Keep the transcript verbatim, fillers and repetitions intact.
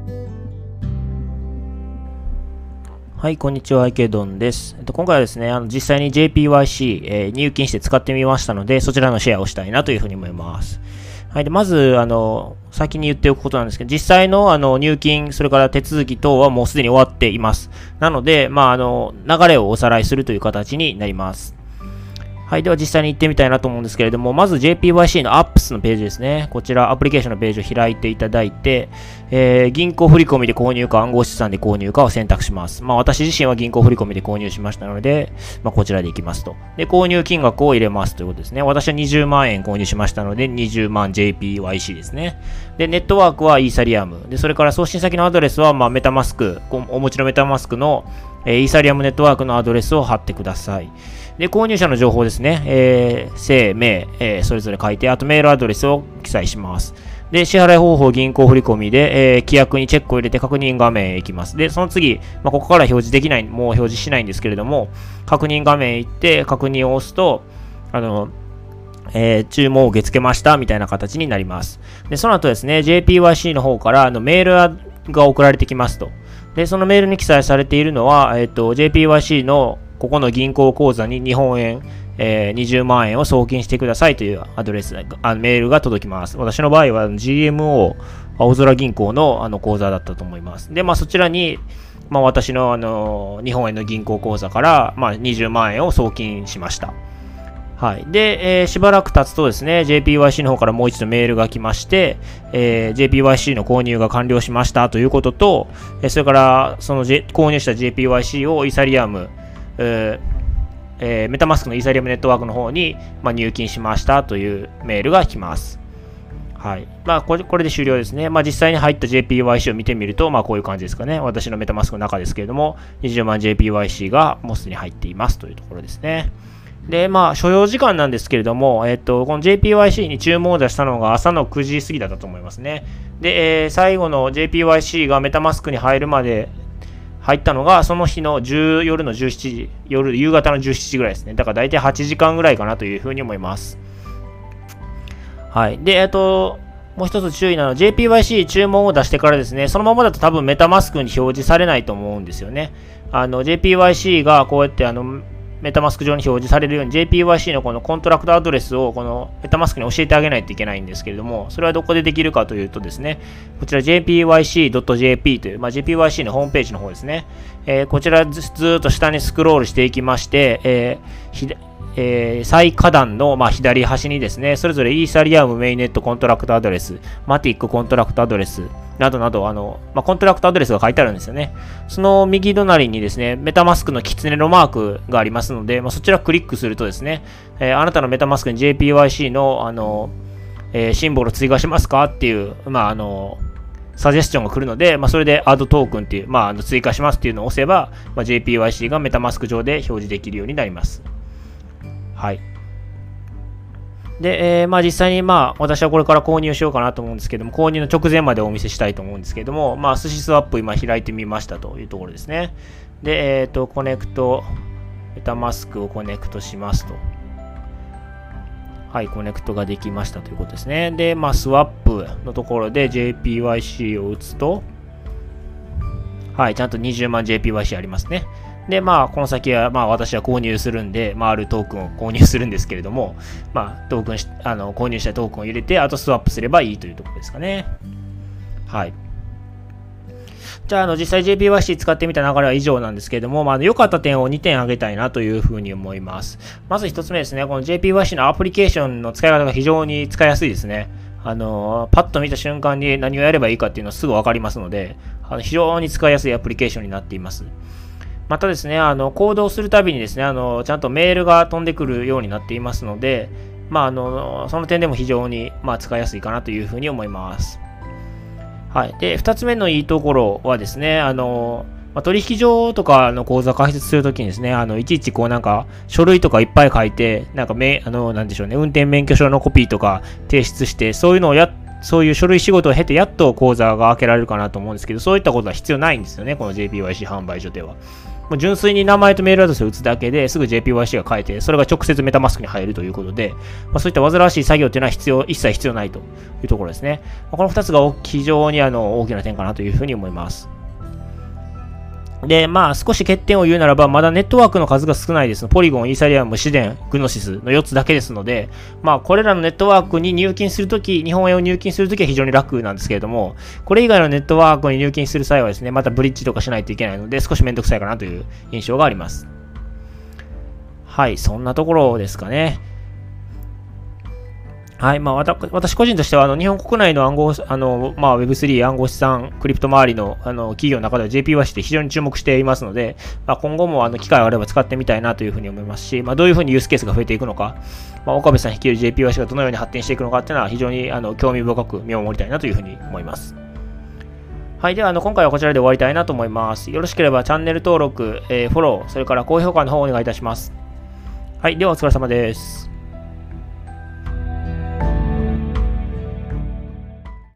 はい、こんにちは、池ドンです。えっと、今回はですね、あの実際に ジェーピーワイシー、えー、入金して使ってみましたので、そちらのシェアをしたいなというふうに思います。はい、でまず、あの、先に言っておくことなんですけど、実際のあの入金、それから手続き等はもうすでに終わっています。なので、まあ、あの、流れをおさらいするという形になります。はい。では実際に行ってみたいなと思うんですけれども、まず ジェーピーワイシー の アップス のページですね。こちらアプリケーションのページを開いていただいて、えー、銀行振込で購入か暗号資産で購入かを選択します。まあ私自身は銀行振込で購入しましたので、まあこちらで行きますと。で、購入金額を入れますということですね。私はにじゅうまんえん購入しましたので、にじゅうまん ジェーピーワイシー ですね。で、ネットワークはイーサリアム。で、それから送信先のアドレスは、まあメタマスク、お持ちのメタマスクの、えー、イーサリアムネットワークのアドレスを貼ってください。で、購入者の情報ですね。えー、姓名、えー、それぞれ書いて、あとメールアドレスを記載します。で、支払い方法、銀行振込で、えー、規約にチェックを入れて確認画面へ行きます。で、その次、まあ、ここから表示できない、もう表示しないんですけれども、確認画面へ行って、確認を押すと、あの、えー、注文を受け付けました、みたいな形になります。で、その後ですね、ジェーピーワイシー の方からあのメールが送られてきますと。で、そのメールに記載されているのは、えっと、ジェーピーワイシー のここの銀行口座に日本円、えー、にじゅうまんえんを送金してくださいというアドレス、あメールが届きます。私の場合は ジーエムオー 青空銀行のあの口座だったと思います。で、まあそちらに、まあ私のあの日本円の銀行口座から、まあ、にじゅうまんえんを送金しました。はい。で、えー、しばらく経つとですね、ジェーピーワイシー の方からもう一度メールが来まして、えー、ジェーピーワイシー の購入が完了しましたということと、えー、それからその、J、購入した ジェーピーワイシー をイーサリアム、えーえー、メタマスクのイーサリアムネットワークの方に、まあ、入金しましたというメールが来ます。はい。まあこれ、これで終了ですね。まあ実際に入った ジェーピーワイシー を見てみると、まあこういう感じですかね。私のメタマスクの中ですけれども、にじゅうまん ジェーピーワイシー がもうすでに入っていますというところですね。で、まあ所要時間なんですけれども、えっと、この ジェーピーワイシー に注文を出したのが朝のくじ過ぎだったと思いますね。で、えー、最後の ジェーピーワイシー がメタマスクに入るまで、入ったのがその日のじゅう夜のじゅうしちじ、夜夕方のじゅうしちじぐらいですね。だから大体はちじかんぐらいかなというふうに思います。はい。で、えっと、もう一つ注意なのは ジェーピーワイシー 注文を出してからですね、そのままだと多分メタマスクに表示されないと思うんですよね。あの ジェーピーワイシー がこうやってあのメタマスク上に表示されるように ジェーピーワイシー のこのコントラクトアドレスをこのメタマスクに教えてあげないといけないんですけれども、それはどこでできるかというとですね、こちら ジェーピーワイシードットジェーピー という、まあ、ジェーピーワイシー のホームページの方ですね。えー、こちらずずーっと下にスクロールしていきまして、えーひえー、最下段の、まあ、左端にですね、それぞれイーサリアムメインネットコントラクトアドレス、マティックコントラクトアドレス、などなど、あの、まあ、コントラクトアドレスが書いてあるんですよね。その右隣にですね、メタマスクのキツネのマークがありますので、まあ、そちらをクリックするとですね、えー、あなたのメタマスクに ジェーピーワイシー の、あの、えー、シンボル追加しますかっていう、まあ、あの、サジェスチョンが来るので、まあ、それで Add トークンっていう、まあ、あの追加しますっていうのを押せば、まあ、ジェーピーワイシー がメタマスク上で表示できるようになります。はい。で、えー、まあ実際にまあ私はこれから購入しようかなと思うんですけども、購入の直前までお見せしたいと思うんですけども、まあ寿司スワップ今開いてみましたというところですね。で、えっと、コネクト、メタマスクをコネクトしますと。はい、コネクトができましたということですね。で、まあスワップのところで ジェーピーワイシー を打つと、はい、ちゃんとにじゅうまん ジェーピーワイシー ありますね。で、まあ、この先は、まあ、私は購入するんで、まあ、あるトークンを購入するんですけれども、まあ、トークンし、あの、購入したトークンを入れて、あとスワップすればいいというところですかね。はい。じゃあ、あの、実際 ジェーピーワイシー 使ってみた流れは以上なんですけれども、まあ、良かった点をにてん挙げたいなというふうに思います。まずひとつめですね、この ジェーピーワイシー のアプリケーションの使い方が非常に使いやすいですね。あの、パッと見た瞬間に何をやればいいかっていうのはすぐわかりますので、あの非常に使いやすいアプリケーションになっています。またですね、あの、行動するたびにですね、あの、ちゃんとメールが飛んでくるようになっていますので、まあ、あの、その点でも非常に、まあ、使いやすいかなというふうに思います。はい。で、二つ目のいいところはですね、あの、まあ、取引所とかの口座開設するときにですね、あの、いちいちこうなんか、書類とかいっぱい書いて、なんかめ、あの、なんでしょうね、運転免許証のコピーとか提出して、そういうのをやっそういう書類仕事を経てやっと口座が開けられるかなと思うんですけど、そういったことは必要ないんですよね、この ジェーピーワイシー 販売所では。 もう純粋に名前とメールアドレスを打つだけですぐ ジェイピーワイシー が変えて、それが直接メタマスクに入るということで、まあ、そういった煩わしい作業というのは必要、一切必要ないというところですね。まあ、このふたつが非常にあの大きな点かなというふうに思います。で、まあ、少し欠点を言うならば、まだネットワークの数が少ないです。ポリゴン、イーサリアム、シデン、グノシスのよっつだけですので、まあ、これらのネットワークに入金するとき、日本円を入金するときは非常に楽なんですけれども、これ以外のネットワークに入金する際はですね、またブリッジとかしないといけないので、少しめんどくさいかなという印象があります。はい、そんなところですかね。はい。まあ、私個人としては、あの、日本国内の暗号、あの、まあ、ウェブスリー、暗号資産、クリプト周りの、あの、企業の中では ジェイピーワイシー って非常に注目していますので、まあ、今後も、あの、機会があれば使ってみたいなというふうに思いますし、まあ、どういうふうにユースケースが増えていくのか、まあ、岡部さん率いる ジェイピーワイシー がどのように発展していくのかっていうのは、非常に、あの、興味深く見守りたいなというふうに思います。はい。では、あの、今回はこちらで終わりたいなと思います。よろしければ、チャンネル登録、えー、フォロー、それから高評価の方をお願いいたします。はい。では、お疲れ様です。